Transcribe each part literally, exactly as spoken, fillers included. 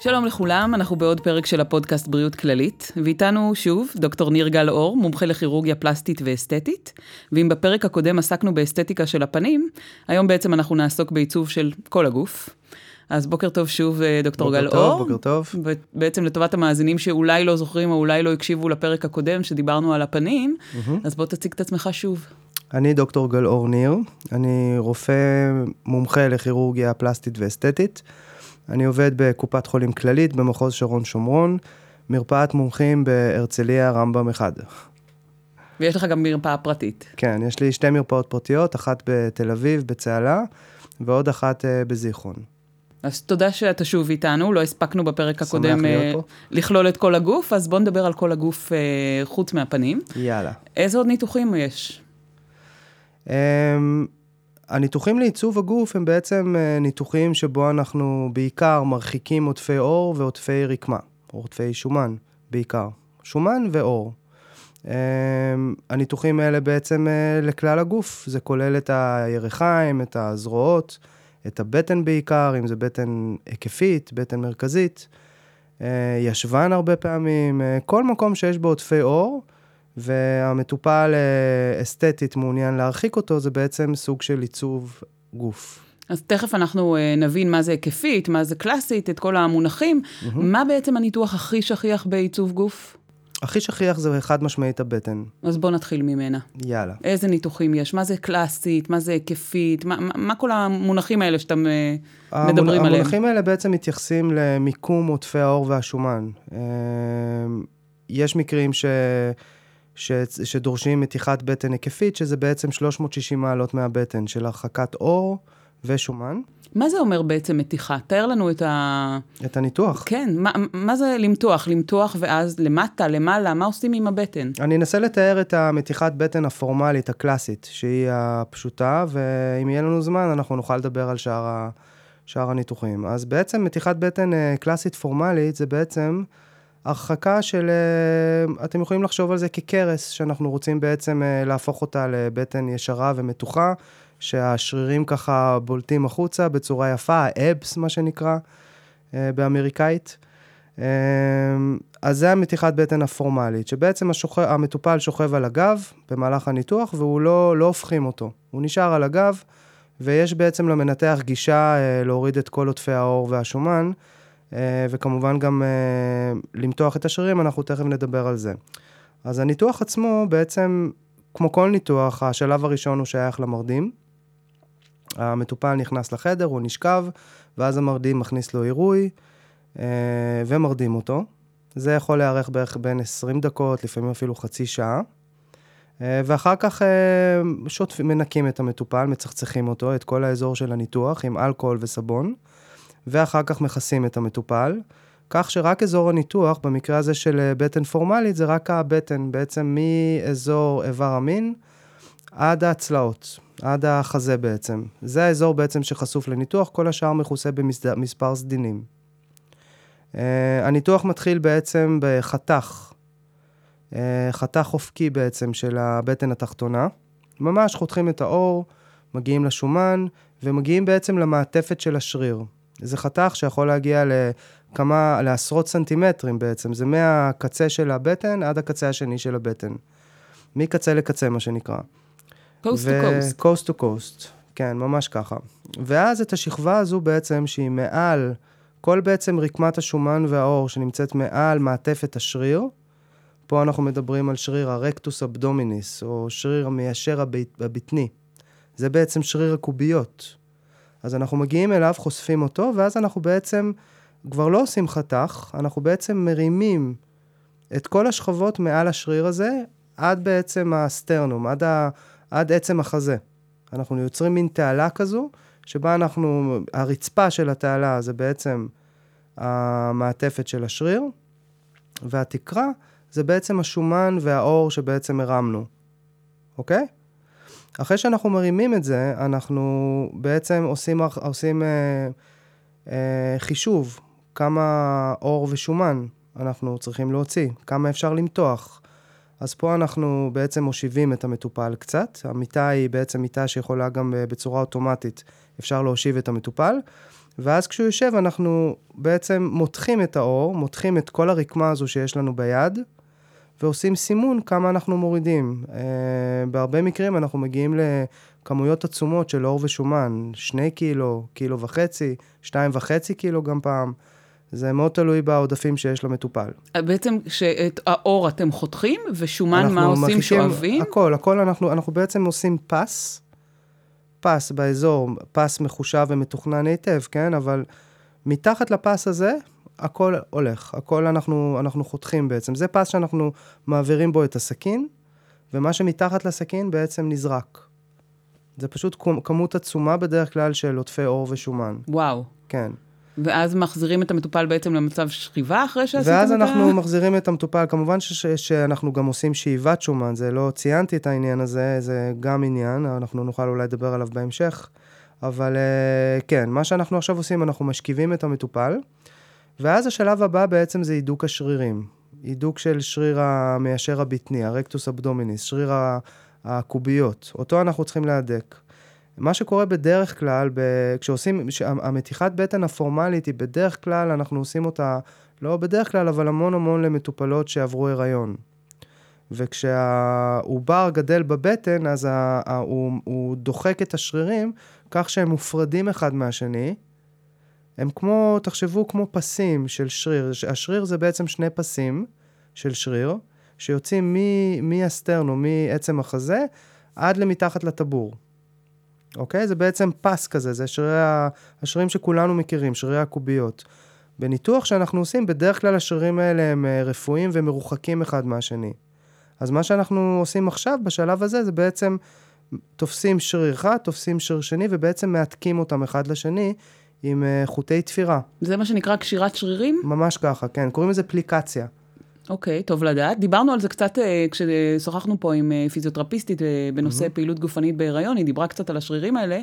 שלום לכולם, אנחנו בעוד פרק של הפודקאסט בריאות כללית, ואיתנו שוב דוקטור ניר גל-אור, מומחה לכירורגיה פלסטית ואסתטית, ואם בפרק הקודם עסקנו באסתטיקה של הפנים, היום בעצם אנחנו נעסוק בעיצוב של כל הגוף. אז בוקר טוב שוב דוקטור גל-אור. בוקר טוב, בוקר טוב. בעצם לטובת המאזינים שאולי לא זוכרים או אולי לא הקשיבו לפרק הקודם שדיברנו על הפנים, mm-hmm. אז בוא תציג את עצמך שוב. אני דוקטור גל-אור ניר, אני רופא מומחה לכירורגיה פלסטית ואסתטית, אני עובד בקופת חולים כללית במחוז שרון שומרון, מרפאת מומחים בהרצליה רמב"ם אחד. ויש לך גם מרפאה פרטית. כן, יש לי שתי מרפאות פרטיות, אחת בתל אביב, בצהלה, ועוד אחת בזיכרון. אז תודה שאתה שוב איתנו, לא הספקנו בפרק הקודם לכלול את כל הגוף, אז בוא נדבר על כל הגוף חוץ מהפנים. יאללה. איזה עוד ניתוחים יש? הניתוחים לעיצוב הגוף הם בעצם ניתוחים שבו אנחנו בעיקר מרחיקים עודפי עור ועודפי רקמה, עודפי שומן בעיקר, שומן ועור. הניתוחים האלה בעצם לכלל הגוף, זה כולל את הירכיים, את הזרועות, את הבטן בעיקר, אם זה בטן היקפית, בטן מרכזית, ישבן הרבה פעמים, כל מקום שיש בו עודפי עור, והמטופל אסתטית מעוניין להרחיק אותו, זה בעצם סוג של עיצוב גוף. אז תכף אנחנו נבין מה זה היקפית, מה זה קלאסית, את כל המונחים. Mm-hmm. מה בעצם הניתוח הכי שכיח בעיצוב גוף? הכי שכיח זה חד משמעית הבטן. אז בוא נתחיל ממנה. יאללה. איזה ניתוחים יש? מה זה קלאסית? מה זה היקפית? מה, מה, מה כל המונחים האלה שאתם המונ... מדברים עליהם? המונחים האלה בעצם מתייחסים למיקום עודפי העור והשומן. יש מקרים ש... ש... שדורשים מתיחת בטן היקפית, שזה בעצם שלוש מאות ושישים מעלות מהבטן, של הרחקת עור ושומן. מה זה אומר בעצם מתיחה? תאר לנו את ה... את הניתוח. כן, מה, מה זה למתוח? למתוח ואז למטה, למעלה, מה עושים עם הבטן? אני אנסה לתאר את המתיחת בטן הפורמלית, הקלאסית, שהיא הפשוטה, ואם יהיה לנו זמן, אנחנו נוכל לדבר על שאר, ה... שאר הניתוחים. אז בעצם מתיחת בטן קלאסית פורמלית, זה בעצם הרחקה של, אתם יכולים לחשוב על זה כקרס, שאנחנו רוצים בעצם להפוך אותה לבטן ישרה ומתוחה, שהשרירים ככה בולטים החוצה בצורה יפה, האבס מה שנקרא באמריקאית. אז זה המתיחת בטן הפורמלית, שבעצם השוכב, המטופל שוכב על הגב במהלך הניתוח, והוא לא, לא הופכים אותו. הוא נשאר על הגב, ויש בעצם למנתח גישה להוריד את כל עודפי העור והשומן, וכמובן גם למתוח את השרירים, אנחנו תכף נדבר על זה. אז הניתוח עצמו בעצם, כמו כל ניתוח, השלב הראשון הוא שייך למרדים. המטופל נכנס לחדר, הוא נשכב, ואז המרדים מכניס לו עירוי, ומרדים אותו. זה יכול להיערך בערך בין עשרים דקות, לפעמים אפילו חצי שעה. ואחר כך שוטפים, מנקים את המטופל, מצחצחים אותו, את כל האזור של הניתוח, עם אלכוהול וסבון, ואחר כך מכסים את המטופל, כך שרק אזור הניתוח, במקרה הזה של בטן פורמלית, זה רק הבטן, בעצם מאזור איבר המין, עד הצלעות, עד החזה בעצם. זה האזור בעצם שחשוף לניתוח, כל השאר מכוסה במספר סדינים. Uh, הניתוח מתחיל בעצם בחתך, uh, חתך אופקי בעצם של הבטן התחתונה. ממש חותכים את האור, מגיעים לשומן, ומגיעים בעצם למעטפת של השריר. זה חתך שיכול להגיע לכמה, לעשרות סנטימטרים בעצם. זה מהקצה של הבטן עד הקצה השני של הבטן. מקצה לקצה מה שנקרא. coast ו- to coast. coast to coast, כן, ממש ככה. ואז את השכבה הזו בעצם שהיא מעל, כל בעצם רקמת השומן והאור שנמצאת מעל מעטפת השריר, פה אנחנו מדברים על שריר הרקטוס אבדומיניס, או שריר המיישר הבטני. זה בעצם שריר הקוביות. אז אנחנו מגיעים אליו, חושפים אותו, ואז אנחנו בעצם כבר לא עושים חתך, אנחנו בעצם מרימים את כל השכבות מעל השריר הזה, עד בעצם הסטרנום, עד, ה, עד עצם החזה. אנחנו יוצרים מין תעלה כזו, שבה אנחנו, הרצפה של התעלה זה בעצם המעטפת של השריר, והתקרה זה בעצם השומן והאור שבעצם הרמנו. אוקיי? אחרי שאנחנו מרימים את זה, אנחנו בעצם עושים, עושים אה, אה, חישוב, כמה אור ושומן אנחנו צריכים להוציא, כמה אפשר למתוח. אז פה אנחנו בעצם מושיבים את המטופל קצת, המיטה היא בעצם מיטה שיכולה גם בצורה אוטומטית, אפשר להושיב את המטופל, ואז כשהוא יושב, אנחנו בעצם מותחים את האור, מותחים את כל הרקמה הזו שיש לנו ביד, ועושים סימון כמה אנחנו מורידים. Uh, בהרבה מקרים אנחנו מגיעים לכמויות עצומות של אור ושומן, שני קילו, קילו וחצי, שתיים וחצי קילו גם פעם. זה מאוד תלוי בעודפים שיש למטופל. בעצם שאת האור אתם חותכים, ושומן מה עושים? שואבים? הכל, הכל אנחנו, אנחנו בעצם עושים פס, פס באזור, פס מחושב ומתוכנן היטב, כן? אבל מתחת לפס הזה, הכל הולך, הכל אנחנו, אנחנו חותכים בעצם. זה פס שאנחנו מעבירים בו את הסכין, ומה שמתחת לסכין בעצם נזרק. זה פשוט כמות עצומה בדרך כלל של עודפי אור ושומן. וואו. כן. ואז מחזירים את המטופל בעצם למצב שכיבה אחרי שעשיתם את ה... ואז אנחנו מחזירים את המטופל, כמובן ש- שאנחנו גם עושים שאיבת שומן, זה לא ציינתי את העניין הזה, זה גם עניין, אנחנו נוכל אולי לדבר עליו בהמשך, אבל כן, מה שאנחנו עכשיו עושים, אנחנו משכיבים את המטופל, ואז השלב הבא בעצם זה הידוק השרירים, הידוק של שריר המיישר הבטני, הרקטוס אבדומיניס, שריר הקוביות, אותו אנחנו צריכים להדק. מה שקורה בדרך כלל, ב... כשעושים, המתיחת בטן הפורמלית היא בדרך כלל, אנחנו עושים אותה, לא בדרך כלל, אבל המון המון למטופלות שעברו הריון. וכשהעובר גדל בבטן, אז ה... הוא... הוא דוחק את השרירים, כך שהם מופרדים אחד מהשני. הם כמו, תחשבו כמו פסים של שריר. השריר זה בעצם שני פסים של שריר, שיוצאים מ... מהסטרנו, מעצם החזה, עד למתחת לטבור. אוקיי? זה בעצם פס כזה, זה שרירי, השרירים שכולנו מכירים, שרירי הקוביות. בניתוח שאנחנו עושים, בדרך כלל השרירים האלה הם רפואיים ומרוחקים אחד מהשני. אז מה שאנחנו עושים עכשיו, בשלב הזה, זה בעצם תופסים שריר אחד, תופסים שריר שני, ובעצם מעתקים אותם אחד לשני עם חוטי תפירה. זה מה שנקרא קשירת שרירים? ממש ככה, כן. קוראים לזה פליקציה. אוקיי, טוב לדעת. דיברנו על זה קצת כששוחחנו פה עם פיזיותרפיסטית בנושא פעילות גופנית בהיריון, היא דיברה קצת על השרירים האלה,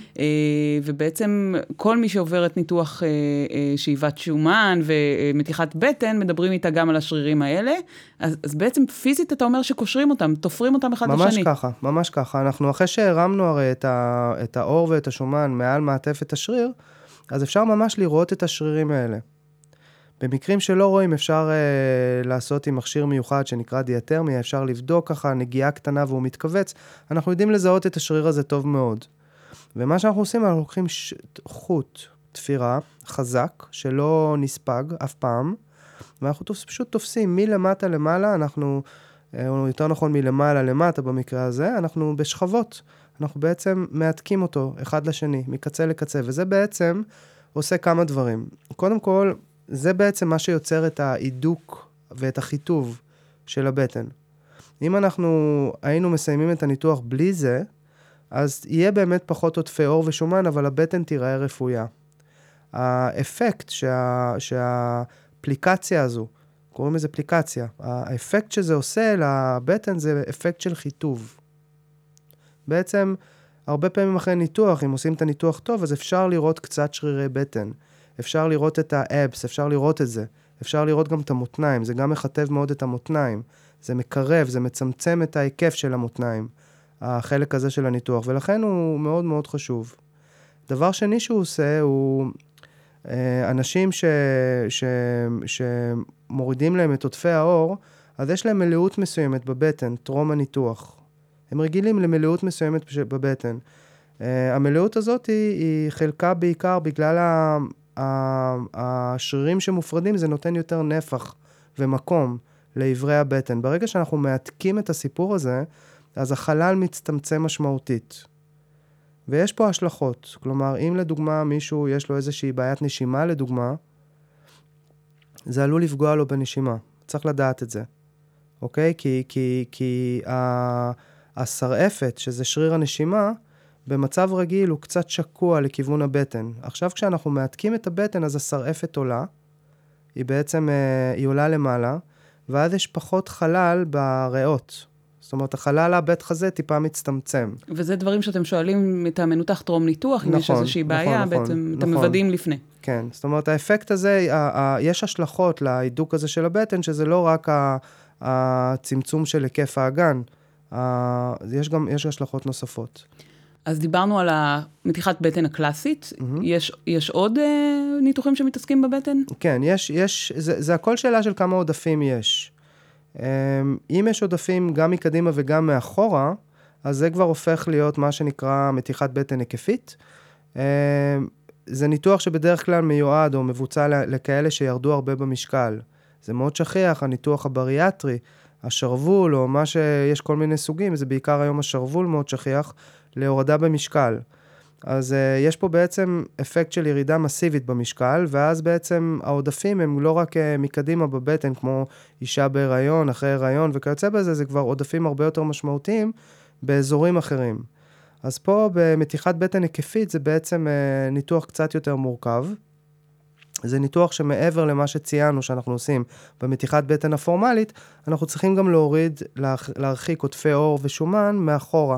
ובעצם כל מי שעוברת ניתוח שאיבת שומן ומתיחת בטן, מדברים איתה גם על השרירים האלה, אז, אז בעצם פיזית אתה אומר שקושרים אותם, תופרים אותם אחד ממש לשני. ממש ככה, ממש ככה. אנחנו אחרי שהרמנו הרי את, ה, את האור ואת השומן מעל מעטפת השריר, אז אפשר ממש לראות את השרירים האלה. במקרים שלא רואים, אפשר uh, לעשות עם מכשיר מיוחד שנקרא דיאטרמיה, אפשר לבדוק ככה נגיעה קטנה והוא מתכווץ, אנחנו יודעים לזהות את השריר הזה טוב מאוד. ומה שאנחנו עושים, אנחנו לוקחים ש... חוט תפירה חזק, שלא נספג אף פעם, ואנחנו תופס, פשוט תופסים מלמטה למעלה, אנחנו, או יותר נכון מלמעלה למטה במקרה הזה, אנחנו בשכבות, אנחנו בעצם מעתקים אותו אחד לשני, מקצה לקצה, וזה בעצם עושה כמה דברים. קודם כל, זה בעצם מה שיוצר את ההידוק ואת החיטוב של הבטן. אם אנחנו היינו מסיימים את הניתוח בלי זה, אז יהיה באמת פחות עודפי אור ושומן, אבל הבטן תיראה רפויה. האפקט שה, שהפליקציה הזו, קוראים לזה פליקציה, האפקט שזה עושה לבטן זה אפקט של חיטוב. בעצם, הרבה פעמים אחרי ניתוח, אם עושים את הניתוח טוב, אז אפשר לראות קצת שרירי בטן. אפשר לראות את האבס, אפשר לראות את זה. אפשר לראות גם את המותניים, זה גם מחטב מאוד את המותניים. זה מקרב, זה מצמצם את ההיקף של המותניים, החלק הזה של הניתוח, ולכן הוא מאוד מאוד חשוב. דבר שני שהוא עושה, הוא אנשים ש, ש, שמורידים להם את עודפי האור, אז יש להם מלאות מסוימת בבטן, טרום הניתוח. הם רגילים למלאות מסוימת בבטן. המלאות הזאת היא, היא חלקה בעיקר בגלל ה... השרירים שמופרדים, זה נותן יותר נפח ומקום לעברי הבטן. ברגע שאנחנו מעתקים את הסיפור הזה, אז החלל מצטמצם משמעותית. ויש פה השלכות. כלומר, אם לדוגמה מישהו יש לו איזושהי בעיית נשימה, לדוגמה, זה עלול לפגוע לו בנשימה. צריך לדעת את זה. אוקיי? כי, כי, כי השרעפת, שזה שריר הנשימה, במצב רגיל הוא קצת שקוע לכיוון הבטן. עכשיו כשאנחנו מעתקים את הבטן, אז השרעפת עולה, היא בעצם, היא עולה למעלה, ואז יש פחות חלל בריאות. זאת אומרת, החלל הבית חזה טיפה מצטמצם. וזה דברים שאתם שואלים את המנותח טרום ניתוח, נכון, אם יש איזושהי בעיה, נכון, בעצם נכון, אתם מוודאים לפני. כן, זאת אומרת, האפקט הזה, ה- ה- יש השלכות להידוק הזה של הבטן, שזה לא רק ה- הצמצום של היקף האגן, ה- יש גם, יש השלכות נוספות. אז דיברנו על המתיחת בטן הקלאסית. Mm-hmm. יש, יש עוד אה, ניתוחים שמתעסקים בבטן? כן, יש, יש, זה, זה הכל שאלה של כמה עודפים יש. אם יש עודפים גם מקדימה וגם מאחורה, אז זה כבר הופך להיות מה שנקרא מתיחת בטן היקפית. זה ניתוח שבדרך כלל מיועד או מבוצע לכאלה שירדו הרבה במשקל. זה מאוד שכיח, הניתוח הבריאטרי, השרוול או מה שיש כל מיני סוגים, זה בעיקר היום השרוול מאוד שכיח, להורדה במשקל. אז uh, יש פה בעצם אפקט של ירידה מסיבית במשקל, ואז בעצם העודפים הם לא רק uh, מקדימה בבטן, כמו אישה בהיריון, אחרי הריון וכיוצא בזה, זה כבר עודפים הרבה יותר משמעותיים באזורים אחרים. אז פה במתיחת בטן היקפית זה בעצם uh, ניתוח קצת יותר מורכב. זה ניתוח שמעבר למה שציינו שאנחנו עושים במתיחת בטן הפורמלית, אנחנו צריכים גם להוריד, להרחיק עודפי עור ושומן מאחורה.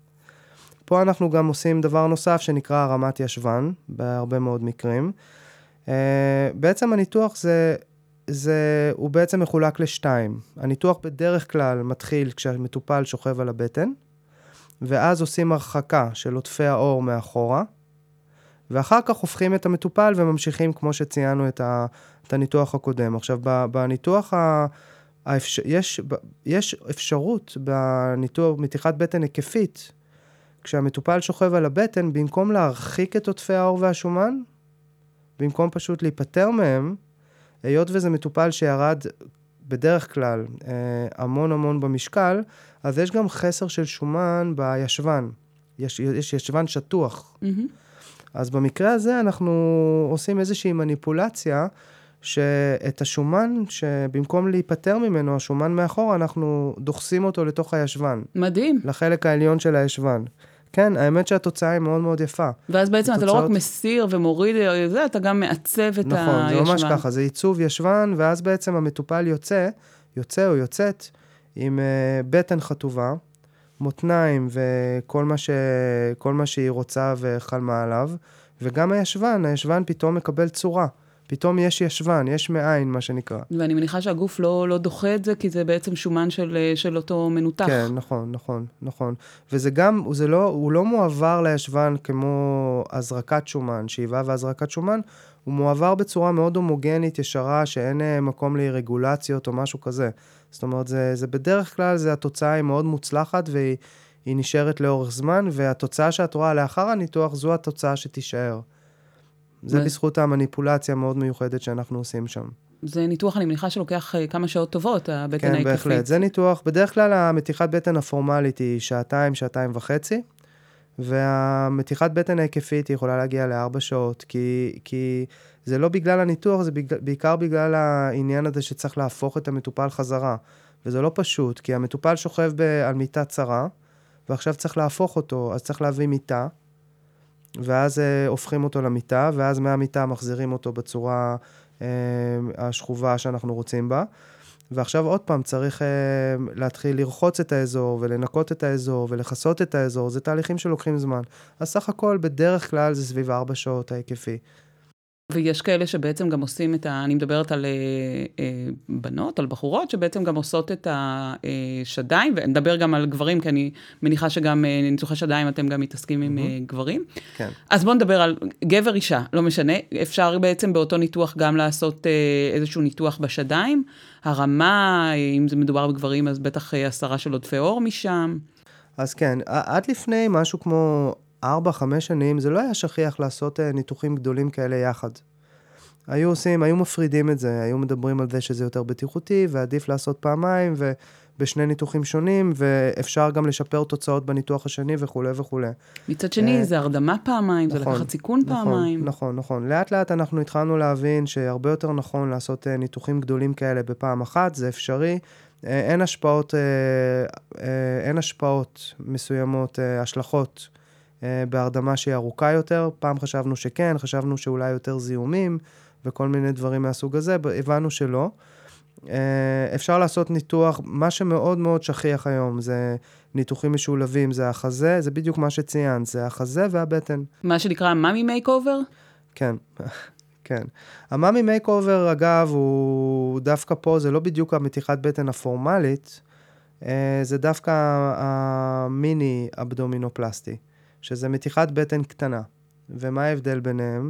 פה אנחנו גם עושים דבר נוסף שנקרא הרמת ישבן, בהרבה מאוד מקרים. Uh, בעצם הניתוח זה, זה, הוא בעצם מחולק לשתיים. הניתוח בדרך כלל מתחיל כשהמטופל שוכב על הבטן, ואז עושים הרחקה של עודפי העור מאחורה, ואחר כך הופכים את המטופל וממשיכים כמו שציינו את, ה, את הניתוח הקודם. עכשיו, בניתוח, ה, האפשר, יש, יש אפשרות בניתוח מתיחת בטן היקפית, כשהמטופל שוכב על הבטן, במקום להרחיק את עודפי העור והשומן, במקום פשוט להיפטר מהם, היות וזה מטופל שירד בדרך כלל אה, המון המון במשקל, אז יש גם חסר של שומן בישבן. יש, יש ישבן שטוח. Mm-hmm. אז במקרה הזה אנחנו עושים איזושהי מניפולציה, שאת השומן, שבמקום להיפטר ממנו, השומן מאחורה, אנחנו דוחסים אותו לתוך הישבן. מדהים. לחלק העליון של הישבן. כן, האמת שהתוצאה היא מאוד מאוד יפה. ואז בעצם התוצאות... אתה לא רק מסיר ומוריד זה, אתה גם מעצב את נכון, הישבן. נכון, זה ממש ככה, זה עיצוב ישבן, ואז בעצם המטופל יוצא, יוצא או יוצאת, עם uh, בטן חטובה, מותניים וכל מה, ש... כל מה שהיא רוצה וחלמה עליו, וגם הישבן, הישבן פתאום מקבל צורה. פתאום יש ישבן, יש מעין, מה שנקרא. ואני מניחה שהגוף לא, לא דוחה את זה, כי זה בעצם שומן של, של אותו מנותח. כן, נכון, נכון, נכון. וזה גם, זה לא, הוא לא מועבר לישבן כמו הזרקת שומן, שאיבה והזרקת שומן, הוא מועבר בצורה מאוד הומוגנית, ישרה, שאין מקום לרגולציות או משהו כזה. זאת אומרת, זה, זה בדרך כלל, זה התוצאה היא מאוד מוצלחת, והיא היא נשארת לאורך זמן, והתוצאה שאת רואה לאחר הניתוח, זו התוצאה שתישאר. זה בזכות המניפולציה המאוד מיוחדת שאנחנו עושים שם. זה ניתוח, אני מניחה שלוקח כמה שעות טובות, הבטן ההיקפית. כן, בהחלט. זה ניתוח, בדרך כלל המתיחת בטן הפורמלית היא שעתיים, שעתיים וחצי, והמתיחת בטן ההיקפית היא יכולה להגיע לארבע שעות, כי, כי זה לא בגלל הניתוח, זה בעיקר בגלל העניין הזה שצריך להפוך את המטופל חזרה. וזה לא פשוט, כי המטופל שוכב על מיטה צרה, ועכשיו צריך להפוך אותו, אז צריך להביא מיטה, ואז אה, הופכים אותו למיטה, ואז מהמיטה מחזירים אותו בצורה אה, השכובה שאנחנו רוצים בה. ועכשיו עוד פעם צריך אה, להתחיל לרחוץ את האזור, ולנקות את האזור, ולחסות את האזור. זה תהליכים שלוקחים זמן. אז סך הכל בדרך כלל זה סביב ארבע שעות ההיקפי. ויש כאלה שבעצם גם עושים את ה... אני מדברת על אה, אה, בנות, על בחורות, שבעצם גם עושות את השדיים, ונדבר גם על גברים, כי אני מניחה שגם אה, ניתוחי שדיים אתם גם מתעסקים mm-hmm. עם אה, גברים. כן. אז בואו נדבר על גבר אישה, לא משנה. אפשר בעצם באותו ניתוח גם לעשות אה, איזשהו ניתוח בשדיים. הרמה, אה, אם זה מדובר בגברים, אז בטח אה, הסרה של עודפי עור משם. אז כן, עד לפני משהו כמו... ארבע, חמש שנים, זה לא היה שכיח לעשות ניתוחים גדולים כאלה יחד. היו עושים, היו מפרידים את זה, היו מדברים על זה שזה יותר בטיחותי, ועדיף לעשות פעמיים, ובשני ניתוחים שונים, ואפשר גם לשפר תוצאות בניתוח השני וכו' וכו'. מצד שני, זה הרדמה פעמיים, זה לקחת סיכון פעמיים. נכון, נכון. לאט לאט אנחנו התחלנו להבין שהרבה יותר נכון לעשות ניתוחים גדולים כאלה בפעם אחת, זה אפשרי. אין השפעות, אין השפעות מסוימות, השלכות, בהרדמה שהיא ארוכה יותר, פעם חשבנו שכן, חשבנו שאולי יותר זיהומים, וכל מיני דברים מהסוג הזה, הבנו שלא. אפשר לעשות ניתוח, מה שמאוד מאוד שכיח היום, זה ניתוחים משולבים, זה החזה, זה בדיוק מה שציינת, זה החזה והבטן. מה שנקרא מאמי מייק אובר? כן, כן. המאמי מייק אובר, אגב, הוא דווקא פה, זה לא בדיוק המתיחת בטן הפורמלית, זה דווקא המיני אבדומינופלסטי. שזה מתיחת בטן קטנה. ומה ההבדל ביניהם?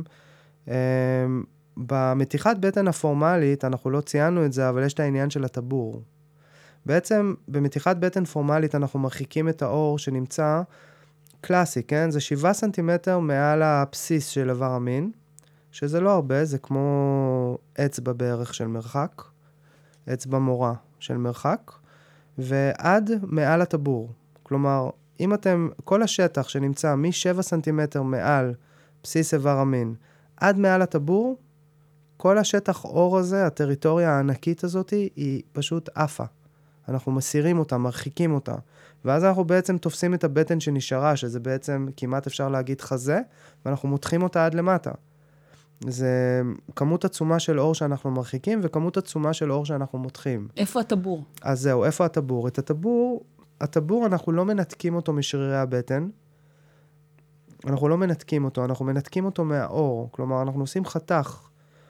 במתיחת בטן הפורמלית, אנחנו לא ציינו את זה, אבל יש את העניין של הטבור. בעצם, במתיחת בטן פורמלית, אנחנו מרחיקים את האור שנמצא קלאסי, כן? זה שבעה סנטימטר מעל הבסיס של איבר המין, שזה לא הרבה, זה כמו אצבע בערך של מרחק, אצבע מורה של מרחק, ועד מעל הטבור. כלומר, אם אתם, כל השטח שנמצא מ-שבעה סנטימטר מעל בסיס איבר המין, עד מעל הטבור, כל השטח אור הזה, הטריטוריה הענקית הזאת, היא פשוט עפה. אנחנו מסירים אותה, מרחיקים אותה. ואז אנחנו בעצם תופסים את הבטן שנשארה, שזה בעצם כמעט אפשר להגיד חזה, ואנחנו מותחים אותה עד למטה. זה כמות עצומה של אור שאנחנו מרחיקים, וכמות עצומה של אור שאנחנו מותחים. איפה הטבור? אז זהו, איפה הטבור? את הטבור, הטבור אנחנו לא מנתקים אותו משרירי הבטן, אנחנו לא מנתקים אותו, אנחנו מנתקים אותו מהאור. כלומר, אנחנו עושים חתך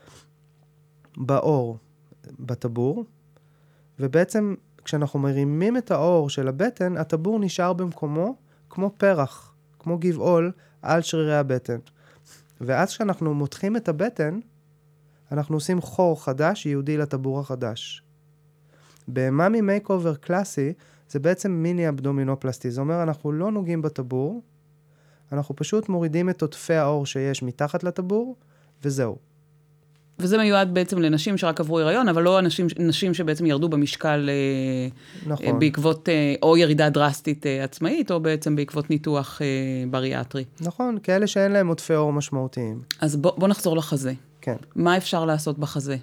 באור, בטבור, ובעצם כשאנחנו מרימים את האור של הבטן, הטבור נשאר במקומו כמו פרח, כמו גבעול על שרירי הבטן. ואז כשאנחנו מותחים את הבטן, אנחנו עושים חור חדש, ייעודי לטבור החדש. במאמי מייקאובר קלאסי, זה בעצם מיני אבדומינופלסטי. זה אומר, אנחנו לא נוגעים בטבור, אנחנו פשוט מורידים את עודפי האור שיש מתחת לטבור, וזהו. וזה מיועד בעצם לנשים שרק עברו הריון, אבל לא אנשים, נשים שבעצם ירדו במשקל נכון. בעקבות או ירידה דרסטית עצמאית, או בעצם בעקבות ניתוח בריאטרי. נכון, כאלה שאין להם עודפי אור משמעותיים. אז בוא, בוא נחזור לחזה. כן. מה אפשר לעשות בחזה?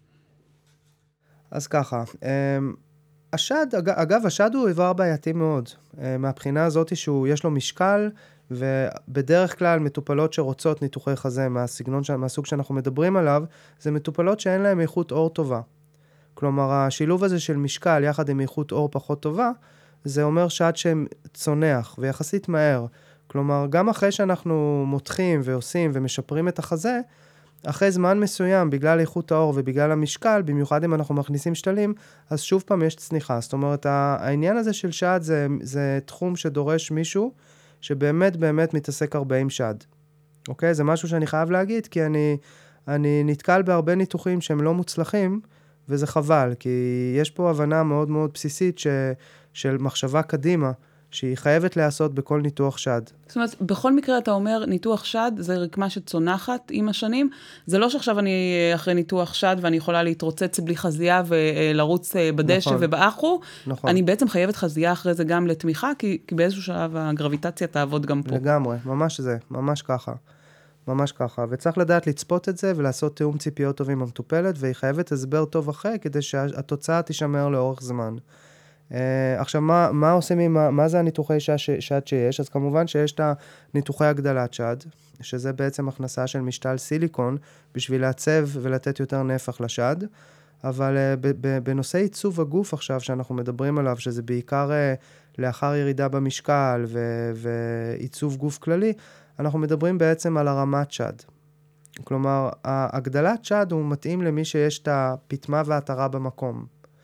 אז ככה, השד, אגב, השד הוא איבר בעייתי מאוד, מהבחינה הזאת שיש לו משקל, ובדרך כלל מטופלות שרוצות ניתוחי חזה מהסגנון, מהסוג שאנחנו מדברים עליו, זה מטופלות שאין להם איכות אור טובה. כלומר, השילוב הזה של משקל יחד עם איכות אור פחות טובה, זה אומר שד שצונח ויחסית מהר. כלומר, גם אחרי שאנחנו מותחים ועושים ומשפרים את החזה, אחרי זמן מסוים, בגלל איכות האור ובגלל המשקל, במיוחד אם אנחנו מכניסים שתלים, אז שוב פעם יש צניחה. זאת אומרת, העניין הזה של שד זה, זה תחום שדורש מישהו, שבאמת באמת מתעסק הרבה עם שד. אוקיי? זה משהו שאני חייב להגיד, כי אני, אני נתקל בהרבה ניתוחים שהם לא מוצלחים, וזה חבל, כי יש פה הבנה מאוד מאוד בסיסית ש, של מחשבה קדימה, שהיא חייבת לעשות בכל ניתוח שד. זאת אומרת, בכל מקרה אתה אומר, ניתוח שד זה רקמה שצונחת עם השנים. זה לא שעכשיו אני אחרי ניתוח שד ואני יכולה להתרוצץ בלי חזייה ולרוץ בדשא נכון, ובאחו. נכון. אני בעצם חייבת חזייה אחרי זה גם לתמיכה, כי, כי באיזשהו שלב הגרביטציה תעבוד גם פה. לגמרי, ממש זה, ממש ככה. ממש ככה. וצריך לדעת לצפות את זה ולעשות תיאום ציפיות טוב עם המטופלת, והיא חייבת הסבר טוב אחרי כדי שהתוצאה תישמר לאורך זמן. Uh, עכשיו, מה, מה עושים עם, מה, מה זה הניתוחי שד, שד שיש? אז כמובן שיש את הניתוחי הגדלת שד, שזה בעצם הכנסה של משתל סיליקון, בשביל לעצב ולתת יותר נפח לשד, אבל uh, ב, ב, בנושא עיצוב הגוף עכשיו, שאנחנו מדברים עליו, שזה בעיקר uh, לאחר ירידה במשקל ו, ועיצוב גוף כללי, אנחנו מדברים בעצם על הרמת שד. כלומר, הגדלת שד הוא מתאים למי שיש את הפתמה והתרה במקום.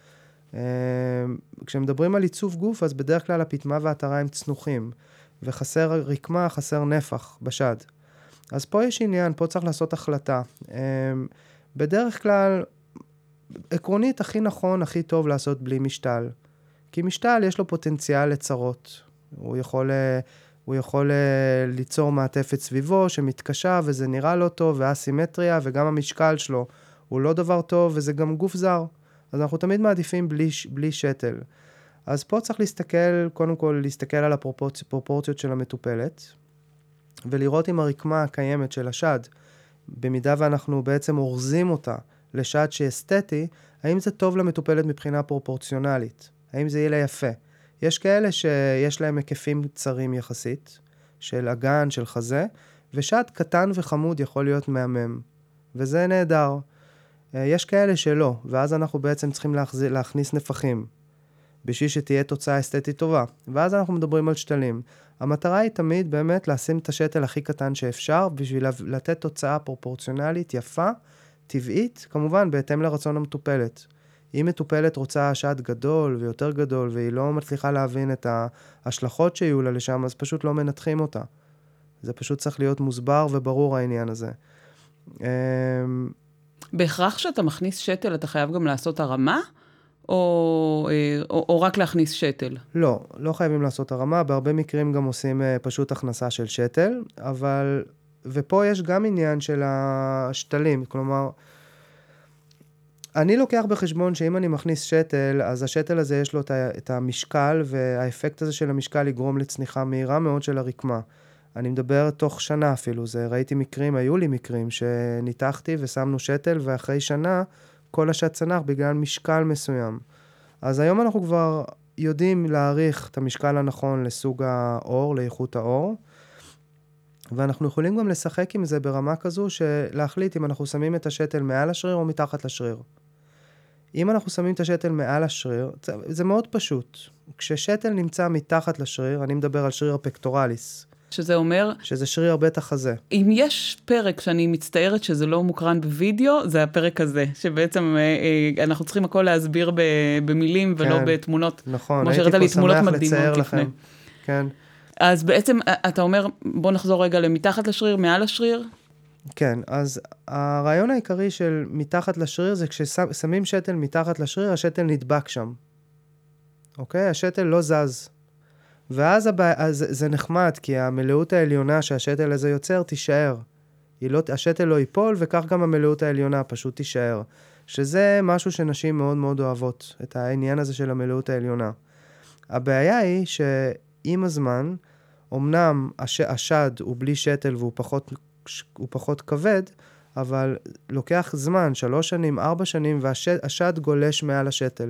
כשמדברים על עיצוב גוף, אז בדרך כלל הפתמה והתרה הם צנוחים, וחסר רקמה, חסר נפח בשד. אז פה יש עניין, פה צריך לעשות החלטה. בדרך כלל, עקרונית הכי נכון, הכי טוב לעשות בלי משתל. כי משתל יש לו פוטנציאל לצרות. הוא יכול, הוא יכול ליצור מעטפת סביבו שמתקשה, וזה נראה לא טוב, ואסימטריה, וגם המשקל שלו הוא לא דבר טוב, וזה גם גוף זר. אז אנחנו תמיד מעדיפים בלי, בלי שתל. אז פה צריך להסתכל, קודם כל להסתכל על הפרופורציות של המטופלת, ולראות אם הרקמה הקיימת של השד, במידה ואנחנו בעצם אורזים אותה לשד שאסתטי, האם זה טוב למטופלת מבחינה פרופורציונלית? האם זה יהיה לה יפה? יש כאלה שיש להם היקפים צרים יחסית, של אגן, של חזה, ושד קטן וחמוד יכול להיות מהמם. וזה נהדר. יש כאלה שלא, ואז אנחנו בעצם צריכים להכניס, להכניס נפחים, בשביל שתהיה תוצאה אסתטית טובה. ואז אנחנו מדברים על שתלים. המטרה היא תמיד באמת לשים את השתל הכי קטן שאפשר, בשביל לתת תוצאה פרופורציונלית יפה, טבעית, כמובן בהתאם לרצון המטופלת. אם מטופלת רוצה שד גדול ויותר גדול, והיא לא מצליחה להבין את ההשלכות שיהיו לה לשם, אז פשוט לא מנתחים אותה. זה פשוט צריך להיות מוסבר וברור העניין הזה. בהכרח שאתה מכניס שתל, אתה חייב גם לעשות הרמה? או, או, או רק להכניס שתל? לא, לא חייבים לעשות הרמה, בהרבה מקרים גם עושים פשוט הכנסה של שתל, אבל, ופה יש גם עניין של השתלים, כלומר, אני לוקח בחשבון שאם אני מכניס שתל, אז השתל הזה יש לו את המשקל, והאפקט הזה של המשקל יגרום לצניחה מהירה מאוד של הרקמה. אני מדבר תוך שנה אפילו, זה ראיתי מקרים, היו לי מקרים שניתחתי ושמנו שתל, ואחרי שנה כל השד צנח בגלל משקל מסוים. אז היום אנחנו כבר יודעים להעריך את המשקל הנכון לסוג האור, לאיכות האור, ואנחנו יכולים גם לשחק עם זה ברמה כזו, שלהחליט אם אנחנו שמים את השתל מעל השריר או מתחת לשריר. אם אנחנו שמים את השתל מעל השריר, זה, זה מאוד פשוט. כששתל נמצא מתחת לשריר, אני מדבר על שריר הפקטורליס, שזה אומר... שזה שריר בית החזה. אם יש פרק שאני מצטערת שזה לא מוקרן בווידאו, זה הפרק הזה, שבעצם אה, אנחנו צריכים הכל להסביר ב, במילים ולא כן, בתמונות. נכון, כמו שהראית לי תמונות מדהימות לכם. כן. אז בעצם אתה אומר, בוא נחזור רגע למתחת לשריר, מעל השריר? כן, אז הרעיון העיקרי של מתחת לשריר, זה כששמים שתל מתחת לשריר, השתל נדבק שם. אוקיי? השתל לא זז. ואז הבא, אז זה נחמד, כי המלאות העליונה שהשתל הזה יוצר תישאר. לא, השתל לא ייפול, וכך גם המלאות העליונה פשוט תישאר. שזה משהו שנשים מאוד מאוד אוהבות, את העניין הזה של המלאות העליונה. הבעיה היא שעם הזמן, אמנם הש, השד הוא בלי שתל והוא פחות, הוא פחות כבד, אבל לוקח זמן, שלוש שנים, ארבע שנים, והשד גולש מעל השתל.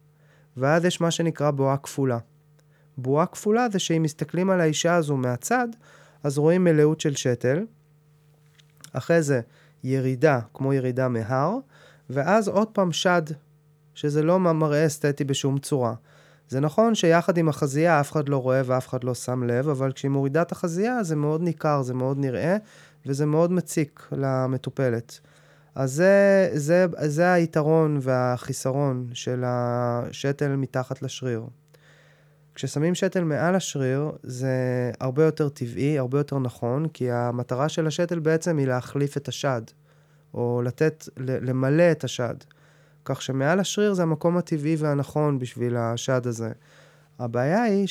ואז יש מה שנקרא בועה כפולה. בועה כפולה זה שאם מסתכלים על האישה הזו מהצד, אז רואים מלאות של שתל, אחרי זה ירידה, כמו ירידה מהר, ואז עוד פעם שד, שזה לא מראה אסתטי בשום צורה. זה נכון שיחד עם החזייה אף אחד לא רואה ואף אחד לא שם לב, אבל כשהיא מורידה את החזייה זה מאוד ניכר, זה מאוד נראה, וזה מאוד מציק למטופלת. אז זה, זה, זה היתרון והחיסרון של השתל מתחת לשריר. כששמים שתל מעל השריר, זה הרבה יותר טבעי, הרבה יותר נכון, כי המטרה של השתל בעצם היא להחליף את השד, או לתת, למלא את השד. כך שמעל השריר זה המקום הטבעי והנכון בשביל השד הזה. הבעיה היא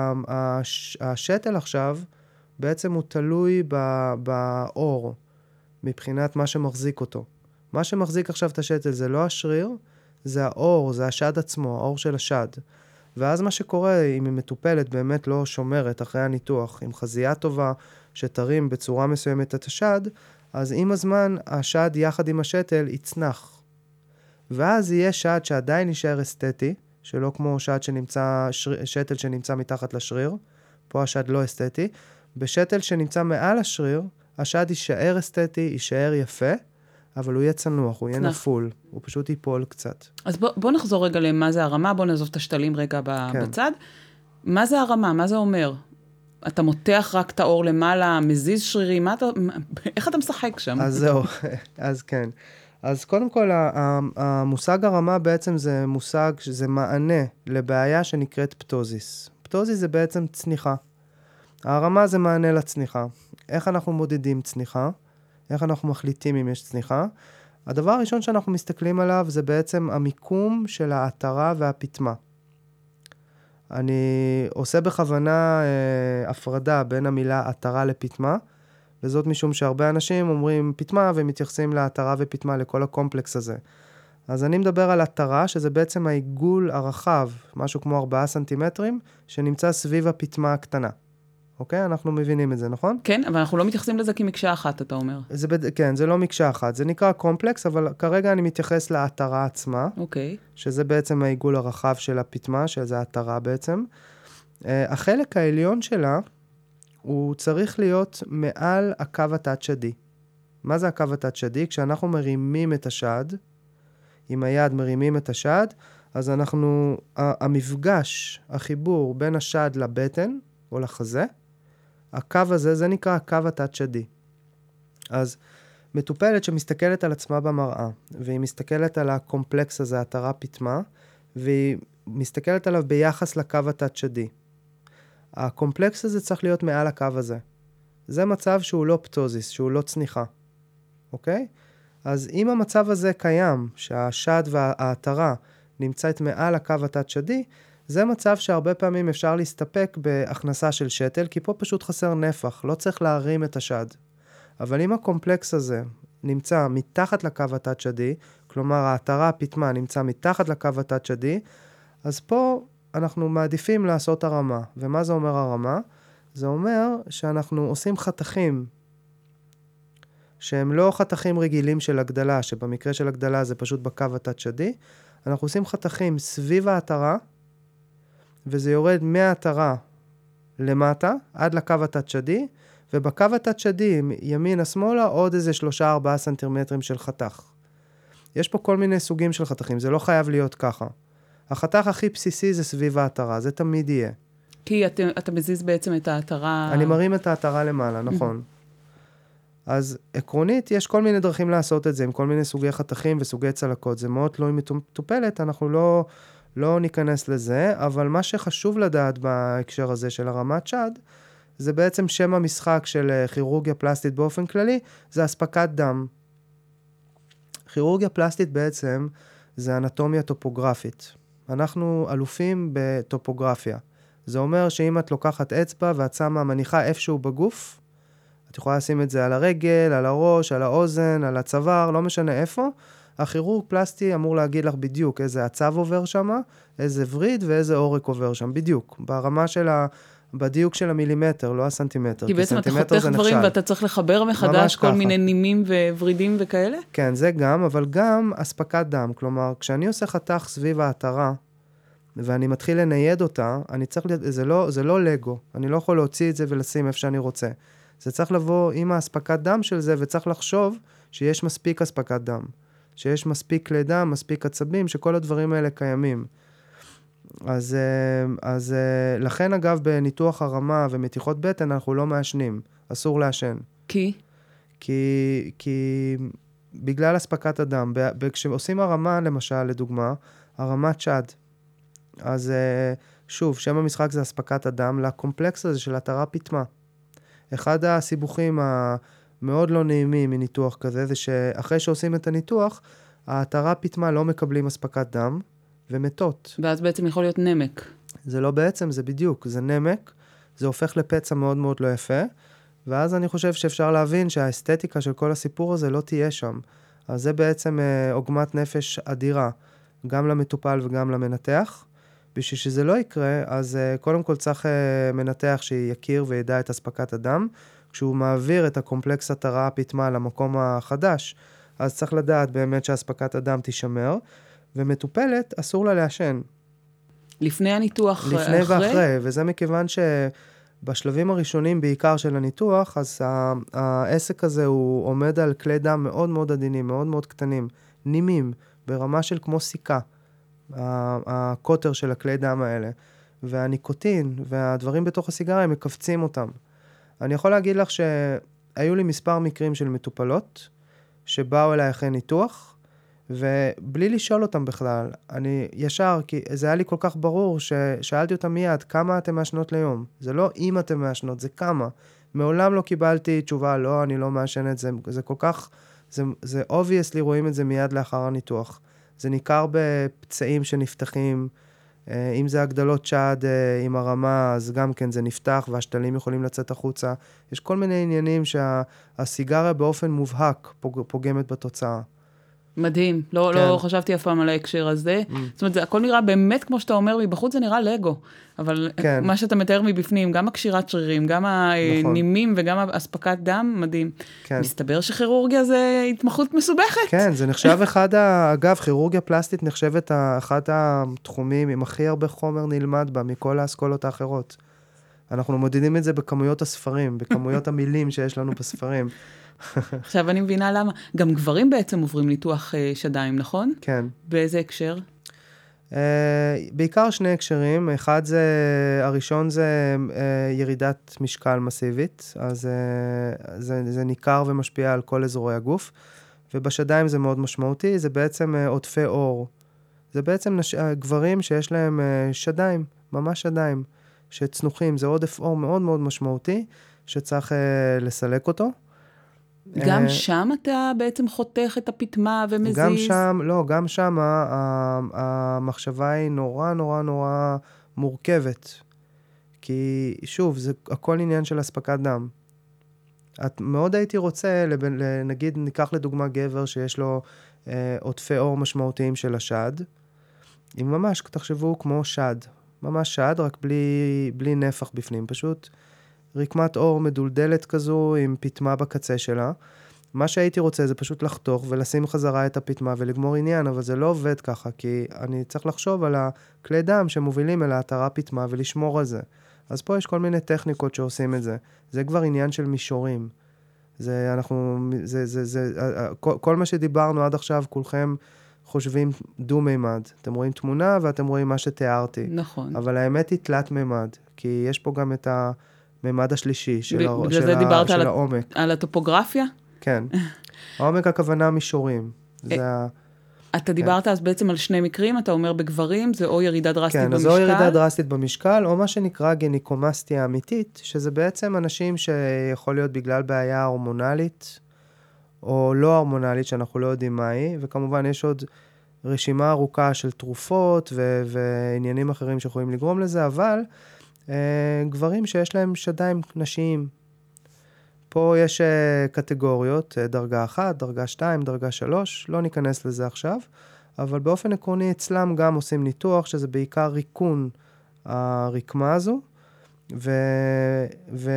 שהשתל עכשיו בעצם הוא תלוי באור, מבחינת מה שמחזיק אותו. מה שמחזיק עכשיו את השתל זה לא השריר, זה האור, זה השד עצמו, האור של השד. ואז מה שקורה, אם היא מטופלת באמת לא שומרת אחרי הניתוח, עם חזייה טובה שתרים בצורה מסוימת את השד, אז עם הזמן השד יחד עם השתל יצנח. ואז יהיה שד שעדיין יישאר אסתטי, שלא כמו שד שנמצא, שתל שנמצא מתחת לשריר, פה השד לא אסתטי. בשתל שנמצא מעל השריר, השד יישאר אסתטי, יישאר יפה, אבל הוא יהיה צנוח, הוא יהיה נפול, הוא פשוט ייפול קצת. אז בוא, בוא נחזור רגע למה זה הרמה, בוא נעזוב את השתלים רגע בצד. כן. מה זה הרמה? מה זה אומר? אתה מותח רק את האור למעלה, מזיז שרירים, מה אתה, איך אתה משחק שם? אז זהו, אז כן. אז קודם כל, המושג הרמה בעצם זה מושג, זה מענה לבעיה שנקראת פטוזיס. פטוזיס זה בעצם צניחה. הרמה זה מענה לצניחה. איך אנחנו מודדים צניחה? איך אנחנו מחליטים אם יש צניחה? הדבר הראשון שאנחנו מסתכלים עליו זה בעצם המיקום של העטרה והפתמה. אני עושה בכוונה אה, הפרדה בין המילה עטרה לפתמה, וזאת משום שהרבה אנשים אומרים פתמה ומתייחסים לעטרה ופתמה לכל הקומפלקס הזה. אז אני מדבר על עטרה, שזה בעצם העיגול הרחב, משהו כמו ארבעה סנטימטרים, שנמצא סביב הפתמה הקטנה. אוקיי? אנחנו מבינים את זה, נכון? כן, אבל אנחנו לא מתייחסים לזה כמקשה אחת, אתה אומר. זה, כן, זה לא מקשה אחת. זה נקרא קומפלקס, אבל כרגע אני מתייחס לעטרה עצמה. אוקיי. שזה בעצם העיגול הרחב של הפתמה, שזה העטרה בעצם. החלק העליון שלה, הוא צריך להיות מעל הקו התת-שדי. מה זה הקו התת-שדי? כשאנחנו מרימים את השד, עם היד מרימים את השד, אז אנחנו, המפגש, החיבור בין השד לבטן, או לחזה, הקו הזה, זה נקרא הקו התת-שדי. אז מטופלת שמסתכלת על עצמה במראה, והיא מסתכלת על הקומפלקס הזה, עטרה פתמה, והיא מסתכלת עליו ביחס לקו התת-שדי. הקומפלקס הזה צריך להיות מעל הקו הזה. זה מצב שהוא לא פטוזיס, שהוא לא צניחה, אוקיי? אז אם המצב הזה קיים, שהשד וההתרה נמצאת מעל הקו התת-שדי, זה מצב שהרבה פעמים אפשר להסתפק בהכנסה של שתל, כי פה פשוט חסר נפח, לא צריך להרים את השד. אבל אם הקומפלקס הזה נמצא מתחת לקו התת-שדי, כלומר ההתרה הפתמה נמצא מתחת לקו התת-שדי, אז פה אנחנו מעדיפים לעשות הרמה. ומה זה אומר הרמה? זה אומר שאנחנו עושים חתכים, שהם לא חתכים רגילים של הגדלה, שבמקרה של הגדלה זה פשוט בקו התת-שדי, אנחנו עושים חתכים סביב ההתרה, וזה יורד מההתרה למטה, עד לקו התת-שדי, ובקו התת-שדי, ימינה-שמאלה, עוד איזה שלושה ארבעה סנטימטרים של חתך. יש פה כל מיני סוגים של חתכים, זה לא חייב להיות ככה. החתך הכי בסיסי זה סביב ההתרה, זה תמיד יהיה. כי אתה, אתה מזיז בעצם את ההתרה... אני מרים את ההתרה למעלה, נכון. אז עקרונית, יש כל מיני דרכים לעשות את זה, עם כל מיני סוגי חתכים וסוגי צלקות. זה מאוד תלוי מטופלת, אנחנו לא, לא ניכנס לזה, אבל מה שחשוב לדעת בהקשר הזה של הרמת שד, זה בעצם שם המשחק של כירורגיה פלסטית באופן כללי, זה אספקת דם. כירורגיה פלסטית בעצם זה אנטומיה טופוגרפית. אנחנו אלופים בטופוגרפיה. זה אומר שאם את לוקחת אצבע ואת שמה מניחה איפשהו בגוף, את יכולה לשים את זה על הרגל, על הראש, על האוזן, על הצוואר, לא משנה איפה. הכירורג פלסטי אמור להגיד לך בדיוק איזה עצב עובר שם, איזה וריד ואיזה עורק עובר שם, בדיוק. ברמה של ה... בדיוק של המילימטר, לא הסנטימטר. כי בעצם אתה חותך דברים ואתה צריך לחבר מחדש כל מיני נימים וורידים וכאלה? כן, זה גם, אבל גם אספקת דם. כלומר, כשאני עושה חתך סביב ההתרה, ואני מתחיל לנייד אותה, אני צריך, זה לא, זה לא לגו. אני לא יכול להוציא את זה ולשים איפה שאני רוצה. זה צריך לבוא עם האספקת דם של זה, וצריך לחשוב שיש מספיק אספקת דם. שיש מספיק כלי דם, מספיק עצבים, שכל הדברים האלה קיימים. אז, אז לכן אגב בניתוח הרמה ומתיחות בטן אנחנו לא מעשנים, אסור לעשן. כי? כי, כי בגלל אספקת הדם, כשעושים הרמה למשל, לדוגמה, הרמת שד, אז שוב, שם המשחק זה אספקת הדם לקומפלקס הזה של התרה פתמה. אחד הסיבוכים המאוד לא נעימים מניתוח כזה, זה שאחרי שעושים את הניתוח, התרה פתמה לא מקבלים אספקת דם, ומתות. ואז בעצם יכול להיות נמק. זה לא בעצם, זה בדיוק, זה נמק, זה הופך לפצע מאוד מאוד לא יפה, ואז אני חושב שאפשר להבין שהאסתטיקה של כל הסיפור הזה לא תהיה שם. אז זה בעצם אה, עוגמת נפש אדירה, גם למטופל וגם למנתח. בשביל שזה לא יקרה, אז אה, קודם כל צריך אה, מנתח שיכיר וידע את אספקת הדם, כשהוא מעביר את הקומפלקס התרה הפתמה למקום החדש, אז צריך לדעת באמת שאספקת הדם תישמר, ומטופלת אסור לה לעשן. לפני הניתוח, לפני אחרי? לפני ואחרי, וזה מכיוון שבשלבים הראשונים בעיקר של הניתוח, אז העסק הזה הוא עומד על כלי דם מאוד מאוד עדינים, מאוד מאוד קטנים, נימים, ברמה של כמו סיכה, הקוטר של הכלי דם האלה, והניקוטין והדברים בתוך הסיגריה הם מקפצים אותם. אני יכול להגיד לך שהיו לי מספר מקרים של מטופלות, שבאו אליי אחרי ניתוח, ובלי לשאול אותם בכלל, אני ישר, כי זה היה לי כל כך ברור, ששאלתי אותם מיד, כמה אתם מעשנות ליום? זה לא אם אתם מעשנות, זה כמה. מעולם לא קיבלתי תשובה, לא, אני לא מעשן את זה, זה כל כך, זה, זה obviously רואים את זה מיד לאחר הניתוח. זה ניכר בפצעים שנפתחים, אם זה הגדלות שד עם הרמה, אז גם כן זה נפתח, והשתלים יכולים לצאת החוצה. יש כל מיני עניינים שהסיגריה באופן מובהק פוגמת בתוצאה. מדהים, לא, כן. לא חשבתי אף פעם על ההקשר הזה. Mm. זאת אומרת, זה, הכל נראה באמת, כמו שאתה אומר, מבחוץ זה נראה לגו. אבל כן. מה שאתה מתאר מבפנים, גם הקשירת שרירים, גם הנימים נכון. וגם האספקת דם, מדהים. כן. מסתבר שכירורגיה זה התמחות מסובכת. כן, זה נחשב אחד, ה... אגב, כירורגיה פלסטית נחשבת אחד התחומים עם הכי הרבה חומר נלמד בה, מכל האסכולות האחרות. אנחנו מודדים את זה בכמויות הספרים, בכמויות המילים שיש לנו בספרים. עכשיו אני מבינה למה. גם גברים בעצם עוברים ניתוח שדיים, נכון? כן. באיזה הקשר? Uh, בעיקר שני הקשרים. אחד זה, הראשון זה uh, ירידת משקל מסיבית, אז uh, זה, זה ניכר ומשפיע על כל אזורי הגוף, ובשדיים זה מאוד משמעותי, זה בעצם uh, עודפי אור. זה בעצם נש... גברים שיש להם uh, שדיים, ממש שדיים, שצנוחים, זה עודף אור מאוד מאוד משמעותי, שצריך uh, לסלק אותו. גם uh, שם אתה בעצם חותך את הפתמה ומזיז? גם שם, לא, גם שם המחשבה היא נורא נורא נורא מורכבת. כי שוב, זה הכל עניין של הספקת דם. את מאוד הייתי רוצה, נגיד ניקח לדוגמה גבר שיש לו אה, עוטפי אור משמעותיים של השד, אם ממש תחשבו כמו שד, ממש שד, רק בלי, בלי נפח בפנים, פשוט רקמת אור מדולדלת כזו עם פתמה בקצה שלה. מה שהייתי רוצה זה פשוט לחתוך ולשים חזרה את הפתמה ולגמור עניין, אבל זה לא עובד ככה, כי אני צריך לחשוב על הכלי דם שמובילים אל ההתרה פתמה ולשמור על זה. אז פה יש כל מיני טכניקות שעושים את זה. זה כבר עניין של מישורים. זה, אנחנו, זה, זה, זה, כל, כל מה שדיברנו עד עכשיו, כולכם חושבים דו-מימד. אתם רואים תמונה ואתם רואים מה שתיארתי. נכון. אבל האמת היא תלת-מימד, כי יש פה גם את המימד השלישי של, ב- ה, של, זה דיברת ה, של על העומק. על הטופוגרפיה? כן. העומק הכוונה מישורים. זה ה... אתה דיברת אז בעצם על שני מקרים, אתה אומר בגברים, זה או ירידה דרסטית כן, במשקל? כן, אז או ירידה דרסטית במשקל, או מה שנקרא גניקומסטיה אמיתית, שזה בעצם אנשים שיכול להיות בגלל בעיה הורמונלית, או לא הורמונלית, שאנחנו לא יודעים מה היא, וכמובן יש עוד רשימה ארוכה של תרופות ו- ועניינים אחרים שיכולים לגרום לזה, אבל אה, גברים שיש להם שדיים נשיים. פה יש אה, קטגוריות, אה, דרגה אחת, דרגה שתיים, דרגה שלוש, לא ניכנס לזה עכשיו, אבל באופן עקרוני אצלם גם עושים ניתוח, שזה בעיקר ריקון הרקמה הזו, ו-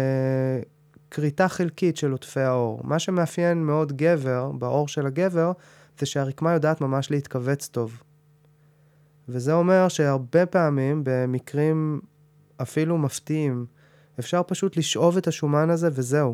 וקריטה חלקית של עוטפי האור. מה שמאפיין מאוד גבר, באור של הגבר, זה שהרקמה יודעת ממש להתכווץ טוב. וזה אומר שהרבה פעמים, במקרים אפילו מפתיעים, אפשר פשוט לשאוב את השומן הזה וזהו.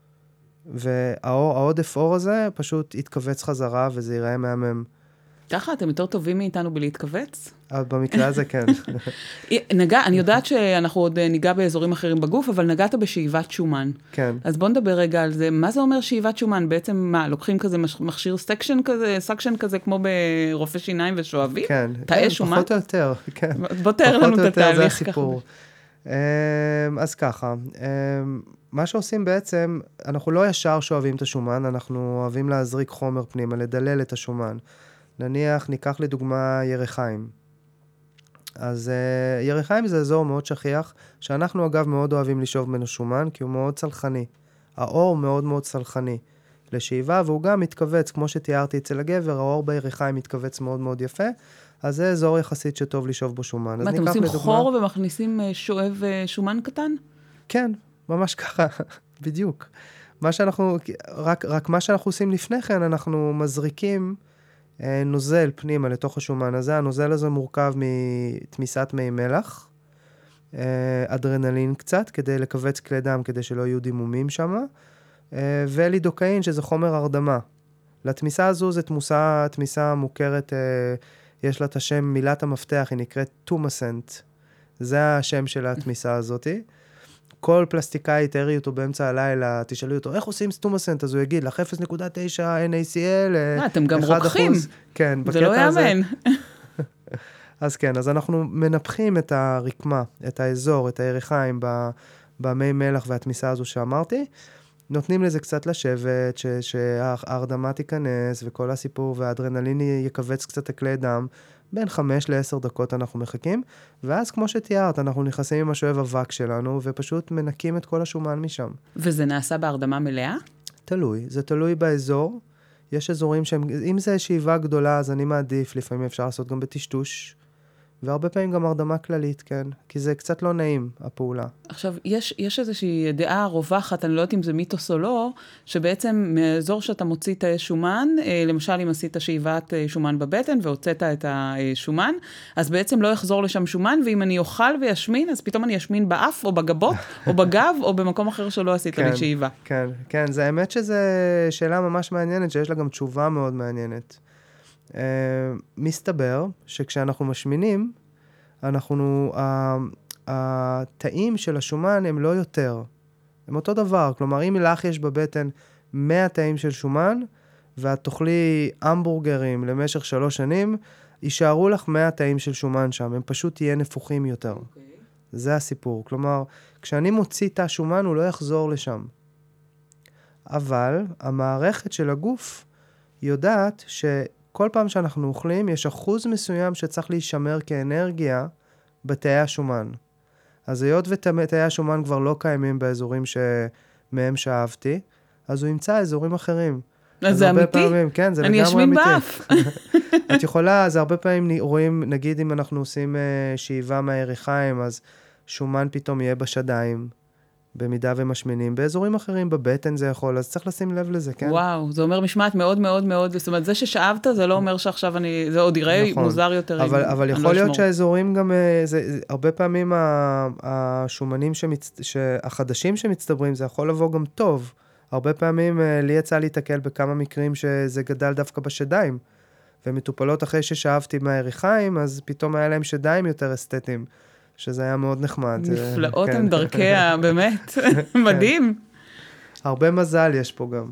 והעודף אור הזה פשוט יתכווץ חזרה וזה ייראה מהמם. ככה, אתם יותר טובים מאיתנו בלהתכווץ? במקרה הזה כן. נגע, אני יודעת שאנחנו עוד ניגע באזורים אחרים בגוף, אבל נגעת בשאיבת שומן. כן. אז בוא נדבר רגע על זה. מה זה אומר שאיבת שומן? בעצם מה, לוקחים כזה מכשיר סקשן כזה, סקשן כזה כמו ברופא שיניים ושואבים? כן. תאי שומן? פחות או יותר, כן. בוא תאר לנו את התהליך. פחות או יותר זה הסיפור. אז ככה, מה שעושים בעצם, אנחנו לא ישר שואבים את השומן, אנחנו אוהבים להזריק חומר פנימה, לדלל את השומן. נניח, ניקח לדוגמה ירחיים. אז uh, ירחיים זה אזור מאוד שכיח, שאנחנו אגב מאוד אוהבים לשאוב ממנו שומן, כי הוא מאוד צלחני. האור מאוד מאוד צלחני לשאיבה, והוא גם מתכווץ, כמו שתיארתי אצל הגבר, האור בירחיים מתכווץ מאוד מאוד יפה, אז זה אזור יחסית שטוב לשאוב בו שומן. מה, אתם עושים לדוגמה... חור ומכניסים שואב שומן קטן? כן, ממש ככה, בדיוק. מה שאנחנו, רק, רק מה שאנחנו עושים לפני כן, אנחנו מזריקים אה, נוזל פנימה לתוך השומן הזה. הנוזל הזה מורכב מתמיסת מי מלח, אה, אדרנלין קצת, כדי לקבץ כלי דם, כדי שלא יהיו דימומים שם, אה, ולידוקאין, שזה חומר הרדמה. לתמיסה הזו זה תמוסה, תמיסה מוכרת, אה, יש לה את השם, מילת המפתח, היא נקראת טומסנט. זה השם של התמיסה הזאת. כל פלסטיקאי תראי אותו באמצע הלילה, תשאלי אותו, איך עושים טומסנט? אז הוא יגיד לך אפס נקודה תשע אן איי סי אל, אתם גם רוקחים. כן, זה לא יאמן. אז כן, אז אנחנו מנפחים את הרקמה, את האזור, את הירחיים במי מלח והתמיסה הזו שאמרתי, נותנים לזה קצת לשבת, ש- שההרדמה תיכנס וכל הסיפור, והאדרנלין יקבץ קצת הכלי דם, בין חמש לעשר דקות אנחנו מחכים, ואז כמו שתיארת, אנחנו נכנסים עם השואב אבק שלנו, ופשוט מנקים את כל השומן משם. וזה נעשה בהרדמה מלאה? תלוי, זה תלוי באזור. יש אזורים שהם, אם זה שאיבה גדולה, אז אני מעדיף, לפעמים אפשר לעשות גם בטשטוש, והרבה פעמים גם הרדמה כללית, כן, כי זה קצת לא נעים, הפעולה. עכשיו, יש, יש איזושהי דעה רווחת, אני לא יודעת אם זה מיתוס או לא, שבעצם מאזור שאתה מוציא את השומן, למשל אם עשית שאיבת שומן בבטן והוצאת את השומן, אז בעצם לא יחזור לשם שומן, ואם אני אוכל וישמין, אז פתאום אני אשמין באף או בגבות, או בגב, או במקום אחר שלא עשית כן, לי שאיבה. כן, כן, זה האמת שזו שאלה ממש מעניינת, שיש לה גם תשובה מאוד מעניינת. Uh, מסתבר שכשאנחנו משמינים, אנחנו, uh, התאים של השומן הם לא יותר. הם אותו דבר. כלומר, אם לך יש בבטן מאה תאים של שומן, ואת תאכלי המבורגרים למשך שלוש שנים, יישארו לך מאה תאים של שומן שם. הם פשוט תהיה נפוחים יותר. Okay. זה הסיפור. כלומר, כשאני מוציא תא שומן, הוא לא יחזור לשם. אבל המערכת של הגוף יודעת שכל פעם שאנחנו אוכלים, יש אחוז מסוים שצריך להישמר כאנרגיה בתאי השומן. אז היות ותאי השומן כבר לא קיימים באזורים שמהם שאהבתי, אז הוא ימצא אזורים אחרים. אז זה אמיתי? פעמים, כן, זה לגמרי אמיתי. אני אשמין באף. את יכולה, אז הרבה פעמים רואים, נגיד אם אנחנו עושים שאיבה מהירכיים, אז שומן פתאום יהיה בשדיים, במידה ומשמינים. באזורים אחרים, בבטן זה יכול, אז צריך לשים לב לזה, כן? וואו, זה אומר משמעת מאוד מאוד מאוד, זאת אומרת, זה ששאבת, זה לא אומר שעכשיו אני, זה עוד יראה נכון. מוזר יותר. אבל, אם, אבל יכול לא להיות אשמור. שהאזורים גם, זה, זה, הרבה פעמים השומנים שמצ, שהחדשים שמצטברים, זה יכול לבוא גם טוב. הרבה פעמים לי יצא להתקל בכמה מקרים שזה גדל דווקא בשדיים, ומטופלות אחרי ששאבתי מהירכיים, אז פתאום היה להם שדיים יותר אסתטיים, שזה היה מאוד נחמד. נפלאות הם דרכיה, באמת, מדהים. הרבה מזל יש פה גם.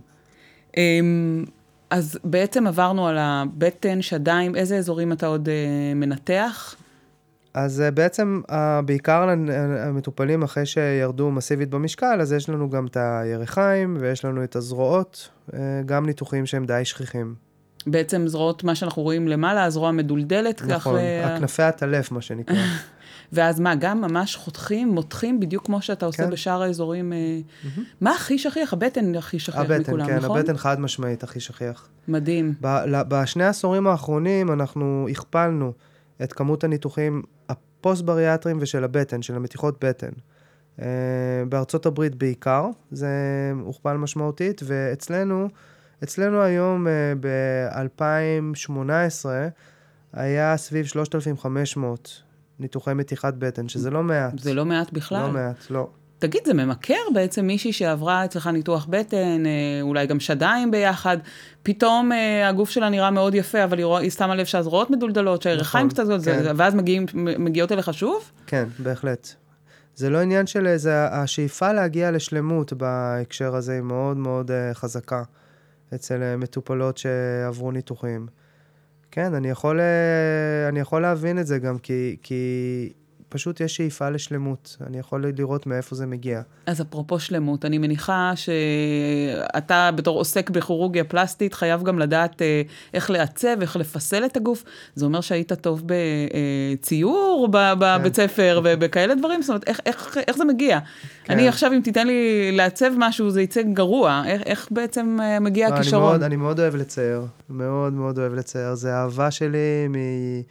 אז בעצם עברנו על הבטן, שדיים, איזה אזורים אתה עוד מנתח? אז בעצם, בעיקר המטופלים אחרי שירדו מסיבית במשקל, אז יש לנו גם את הירכיים, ויש לנו את הזרועות, גם ניתוחים שהם די שכיחים. בעצם זרועות, מה שאנחנו רואים למעלה, הזרוע מדולדלת. נכון, הכנפי הטלף, מה שנקרא. ואז מה, גם ממש חותכים, מותחים, בדיוק כמו שאתה עושה בשאר האזורים. מה הכי שכיח? הבטן הכי שכיח מכולם, נכון? הבטן, כן, הבטן חד משמעית הכי שכיח. מדהים. בשני העשורים האחרונים אנחנו הכפלנו את כמות הניתוחים הפוסט-בריאטריים ושל הבטן, של המתיחות בטן. בארצות הברית בעיקר, זה הוכפל משמעותית, ואצלנו, אצלנו היום ב-אלפיים שמונה עשרה היה סביב שלושת אלפים וחמש מאות ניתוחי מתיחת בטן, שזה לא מעט. זה לא מעט בכלל. לא מעט, לא. תגיד, זה ממכר בעצם מישהי שעברה אצלך ניתוח בטן, אולי גם שדיים ביחד, פתאום הגוף שלה נראה מאוד יפה, אבל היא שמה לב שהזרועות מדולדלות, שהירכיים קצת, ואז מגיעות אליך שוב? כן, בהחלט. זה לא עניין של, זה השאיפה להגיע לשלמות בהקשר הזה היא מאוד מאוד חזקה אצל מטופלות שעברו ניתוחים. כן, אני יכול, אני יכול להבין את זה גם, כי, כי פשוט יש שאיפה לשלמות. אני יכול לראות מאיפה זה מגיע. אז אפרופו שלמות, אני מניחה שאתה בתור עוסק בכירורגיה פלסטית, חייב גם לדעת איך לעצב, איך לפסל את הגוף. זה אומר שהיית טוב בציור בבית ספר ובכאלה דברים? זאת אומרת, איך, איך, איך זה מגיע? כן. אני עכשיו, אם תיתן לי לעצב משהו, זה יצא גרוע. איך, איך בעצם מגיע לא, הכישרון? אני מאוד, אני מאוד אוהב לצייר. מאוד מאוד אוהב לצייר. זה אהבה שלי מ...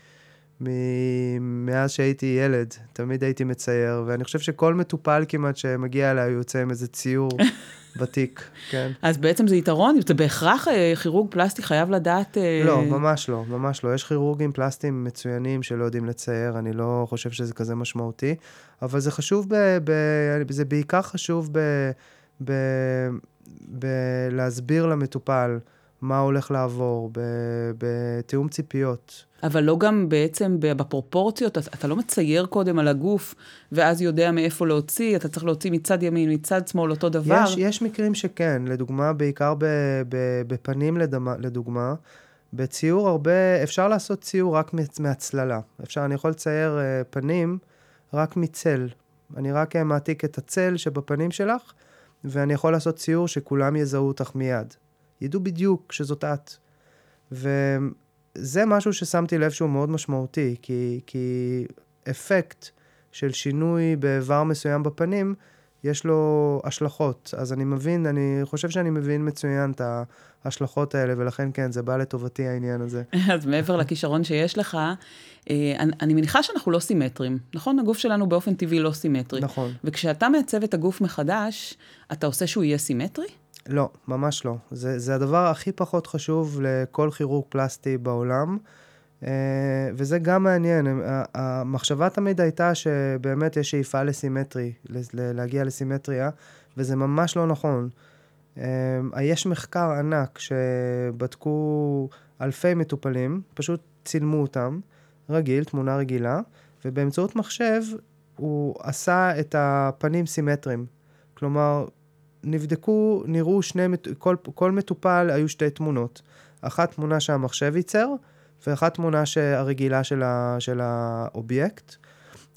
מאז שהייתי ילד, תמיד הייתי מצייר, ואני חושב שכל מטופל כמעט שמגיע אליי, הוא יוצא עם איזה ציור בתיק, כן. אז בעצם זה יתרון? זה בהכרח כירורג פלסטי חייב לדעת... לא, ממש לא, ממש לא. יש כירורגים פלסטיים מצוינים שלא יודעים לצייר, אני לא חושב שזה כזה משמעותי, אבל זה חשוב, ב, ב, זה בעיקר חשוב ב, ב, ב, להסביר למטופל מה הולך לעבור, בתיאום ציפיות. אבל לא גם בעצם בפרופורציות, אתה לא מצייר קודם על הגוף, ואז יודע מאיפה להוציא, אתה צריך להוציא מצד ימין, מצד שמאל, אותו דבר. יש, יש מקרים שכן, לדוגמה, בעיקר ב, ב, בפנים לדמה, לדוגמה, בציור הרבה, אפשר לעשות ציור רק מהצללה. אפשר, אני יכול לצייר uh, פנים רק מצל. אני רק מעתיק את הצל שבפנים שלך, ואני יכול לעשות ציור שכולם יזהו אותך מיד. ידעו בדיוק שזאת את. וזה משהו ששמתי לב שהוא מאוד משמעותי, כי, כי אפקט של שינוי באיבר מסוים בפנים, יש לו השלכות. אז אני מבין, אני חושב שאני מבין מצוין את ההשלכות האלה, ולכן כן, זה בא לטובתי העניין הזה. אז מעבר לכישרון שיש לך, אני, אני מניחה שאנחנו לא סימטרים, נכון? הגוף שלנו באופן טבעי לא סימטרי. נכון. וכשאתה מעצב את הגוף מחדש, אתה עושה שהוא יהיה סימטרי? לא, ממש לא. זה, זה הדבר הכי פחות חשוב לכל כירורג פלסטי בעולם, וזה גם מעניין. המחשבה תמיד הייתה שבאמת יש שאיפה לסימטרי, להגיע לסימטריה, וזה ממש לא נכון. יש מחקר ענק שבדקו אלפי מטופלים, פשוט צילמו אותם, רגיל, תמונה רגילה, ובאמצעות מחשב הוא עשה את הפנים סימטריים. כלומר, נבדקו, נראו שני, כל, כל מטופל היו שתי תמונות. אחת תמונה שהמחשב ייצר, ואחת תמונה שהרגילה של, ה, של האובייקט.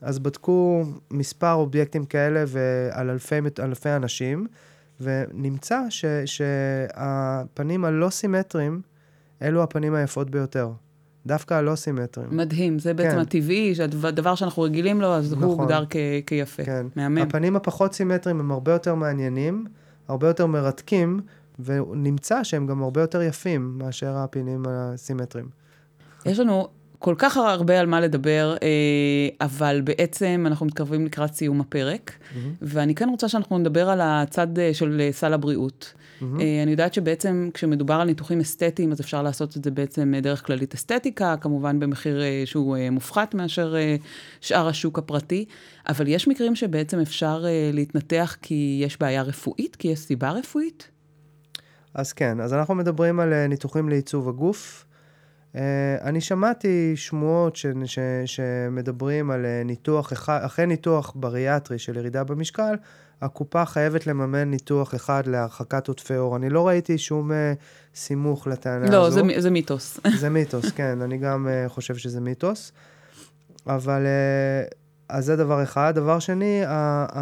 אז בדקו מספר אובייקטים כאלה ועל אלפי, אלפי אנשים, ונמצא ש, שהפנים הלא סימטריים, אלו הפנים היפות ביותר. דווקא הלא סימטריים. מדהים, זה בעצם כן. הטבעי, הדבר שאנחנו רגילים לו, אז נכון. הוא מוגדר כ- כיפה. כן. מהמם. הפנים הפחות סימטריים הם הרבה יותר מעניינים, הרבה יותר מרתקים, ונמצא שהם גם הרבה יותר יפים מאשר הפנים הסימטריים. יש לנו כל כך הרבה על מה לדבר, אבל בעצם אנחנו מתקרבים לקראת סיום הפרק, mm-hmm. ואני כן רוצה שאנחנו נדבר על הצד של סל הבריאות. Mm-hmm. אני יודעת שבעצם כשמדובר על ניתוחים אסתטיים, אז אפשר לעשות את זה בעצם דרך כללית אסתטיקה, כמובן במחיר שהוא מופחת מאשר שאר השוק הפרטי, אבל יש מקרים שבעצם אפשר להתנתח כי יש בעיה רפואית, כי יש סיבה רפואית? אז כן, אז אנחנו מדברים על ניתוחים לעיצוב הגוף. Uh, אני שמעתי שמועות ש, ש, שמדברים על ניתוח, אחרי ניתוח בריאטרי של ירידה במשקל, הקופה חייבת לממן ניתוח אחד להרחקת עודפי עור. אני לא ראיתי שום uh, סימוך לטענה לא, הזו. לא, זה, זה מיתוס. זה מיתוס, כן, אני גם uh, חושב שזה מיתוס. אבל, uh, אז זה דבר אחד. דבר שני, uh, uh,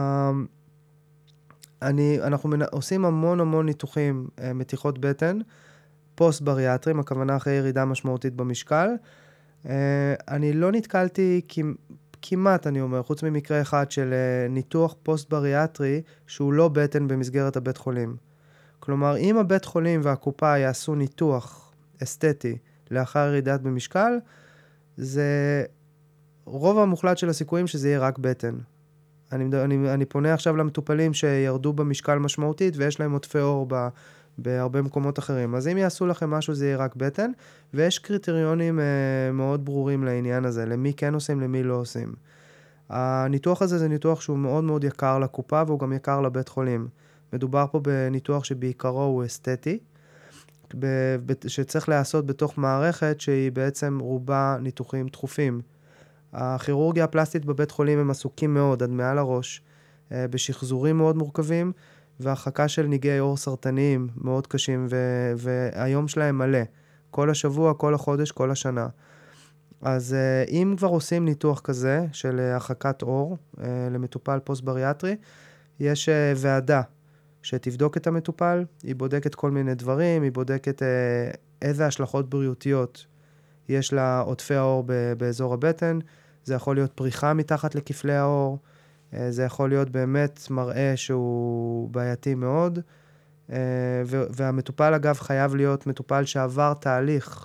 אני, אנחנו מנ... עושים המון המון ניתוחים, uh, מתיחות בטן, פוסט-בריאטרים, הכוונה אחרי ירידה משמעותית במשקל. Uh, אני לא נתקלתי כמעט, אני אומר, חוץ ממקרה אחד של uh, ניתוח פוסט-בריאטרי, שהוא לא בטן במסגרת הבית חולים. כלומר, אם הבית חולים והקופה יעשו ניתוח אסתטי לאחר ירידת במשקל, זה רוב המוחלט של הסיכויים שזה יהיה רק בטן. אני, אני, אני פונה עכשיו למטופלים שירדו במשקל משמעותית, ויש להם עודפי עור ב... בהרבה מקומות אחרים. אז אם יעשו לכם משהו, זה יהיה רק בטן, ויש קריטריונים אה, מאוד ברורים לעניין הזה, למי כן עושים, למי לא עושים. הניתוח הזה זה ניתוח שהוא מאוד מאוד יקר לקופה, והוא גם יקר לבית חולים. מדובר פה בניתוח שבעיקרו הוא אסתטי, ב- ב- שצריך לעשות בתוך מערכת שהיא בעצם רובה ניתוחים דחופים. הכירורגיה הפלסטית בבית חולים הם עסוקים מאוד, עד מעל הראש, אה, בשחזורים מאוד מורכבים, והרחקה של ניגי עור סרטניים מאוד קשים, ו- והיום שלהם מלא. כל השבוע, כל החודש, כל השנה. אז uh, אם כבר עושים ניתוח כזה של uh, הרחקת עור uh, למטופל פוסט-בריאטרי, יש uh, ועדה שתבדוק את המטופל, היא בודקת כל מיני דברים, היא בודקת uh, איזה השלכות בריאותיות יש לה עודפי העור ב- באזור הבטן, זה יכול להיות פריחה מתחת לכפלי העור, זה יכול להיות באמת מראה שהוא בעייתי מאוד, והמטופל אגב חייב להיות מטופל שעבר תהליך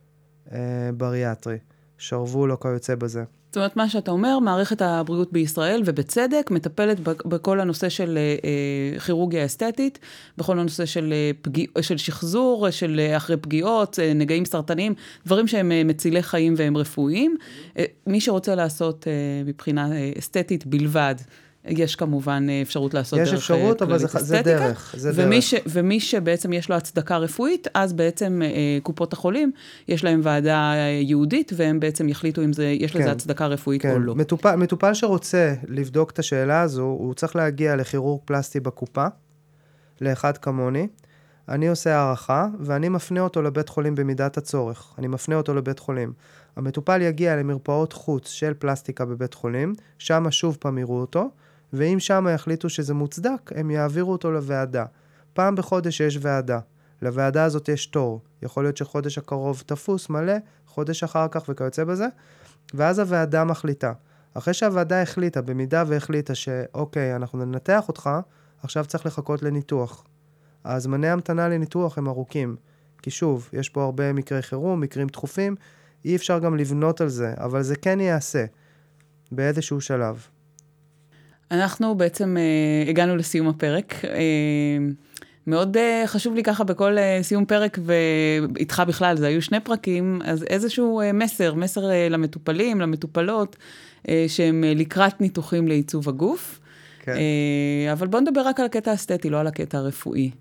בריאטרי, שרבו לו כיוצא בזה. זאת אומרת, מה שאתה אומר, מערכת הבריאות בישראל, ובצדק, מטפלת בכל הנושא של כירורגיה אסתטית, בכל הנושא של, פגיע, של שחזור, של אחרי פגיעות, נגעים סרטניים, דברים שהם מצילי חיים והם רפואיים. מי שרוצה לעשות מבחינה אסתטית בלבד, יש כמובן אפשרות לעשות דרך כללית אסתטיקה. יש אפשרות, אבל זה, זה דרך. זה ומי, דרך. ש, ומי שבעצם יש לו הצדקה רפואית, אז בעצם אה, קופות החולים, יש להם ועדה יהודית, והם בעצם יחליטו אם זה, יש כן, לזה הצדקה רפואית כן. או לא. מטופל, מטופל שרוצה לבדוק את השאלה הזו, הוא צריך להגיע לכירורג פלסטי בקופה, לאחד כמוני. אני עושה הערכה, ואני מפנה אותו לבית חולים במידת הצורך. אני מפנה אותו לבית חולים. המטופל יגיע למרפאות חוץ של פלסטיקה בבית חולים, שם שוב פעם יראו אותו, ואם שם יחליטו שזה מוצדק, הם יעבירו אותו לוועדה. פעם בחודש יש ועדה. לוועדה הזאת יש תור. יכול להיות שחודש הקרוב תפוס מלא, חודש אחר כך וכיוצא בזה, ואז הוועדה מחליטה. אחרי שהוועדה החליטה, במידה והחליטה שאוקיי, אנחנו ננתח אותך, עכשיו צריך לחכות לניתוח. הזמני המתנה לניתוח הם ארוכים, כי שוב, יש פה הרבה מקרי חירום, מקרים דחופים, אי אפשר גם לבנות על זה, אבל זה כן יעשה, באיזשהו שלב. אנחנו בעצם אה, הגענו לסיום הפרק. אה, מאוד אה, חשוב לי ככה בכל אה, סיום פרק, ואיתך בכלל, זה היו שני פרקים, אז איזשהו אה, מסר, מסר אה, למטופלים, למטופלות, אה, שהם אה, לקראת ניתוחים לעיצוב הגוף. כן. אה, אבל בוא נדבר רק על הקטע האסתטי, לא על הקטע הרפואי.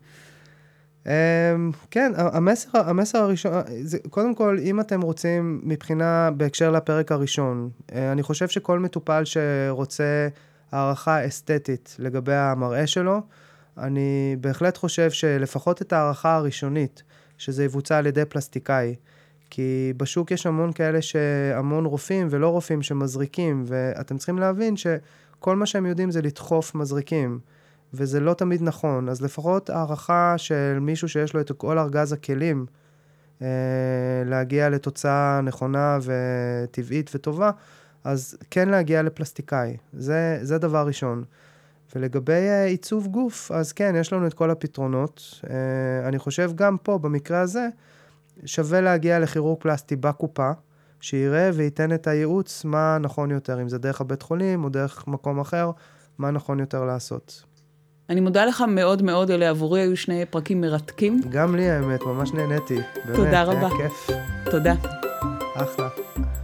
כן, המסר, המסר הראשון, זה, קודם כל, אם אתם רוצים מבחינה, בהקשר לפרק הראשון, אני חושב שכל מטופל שרוצה הערכה אסתטית לגבי המראה שלו, אני בהחלט חושב שלפחות את הערכה הראשונית, שזה יבוצע על ידי פלסטיקאי, כי בשוק יש המון כאלה שהמון רופאים ולא רופאים שמזריקים, ואתם צריכים להבין שכל מה שהם יודעים זה לדחוף מזריקים, וזה לא תמיד נכון. אז לפחות הערכה של מישהו שיש לו את כל ארגז הכלים, אה, להגיע לתוצאה נכונה וטבעית וטובה, אז כן להגיע לפלסטיקאי. זה, זה דבר ראשון. ולגבי uh, עיצוב גוף, אז כן, יש לנו את כל הפתרונות. Uh, אני חושב גם פה, במקרה הזה, שווה להגיע לכירורג פלסטי בקופה, שיראה וייתן את הייעוץ מה נכון יותר, אם זה דרך הבית חולים או דרך מקום אחר, מה נכון יותר לעשות. אני מודה לך מאוד מאוד, אלה עבורי היו שני פרקים מרתקים. גם לי האמת, ממש נהניתי. תודה באמת, רבה. היה כיף. תודה. אחלה.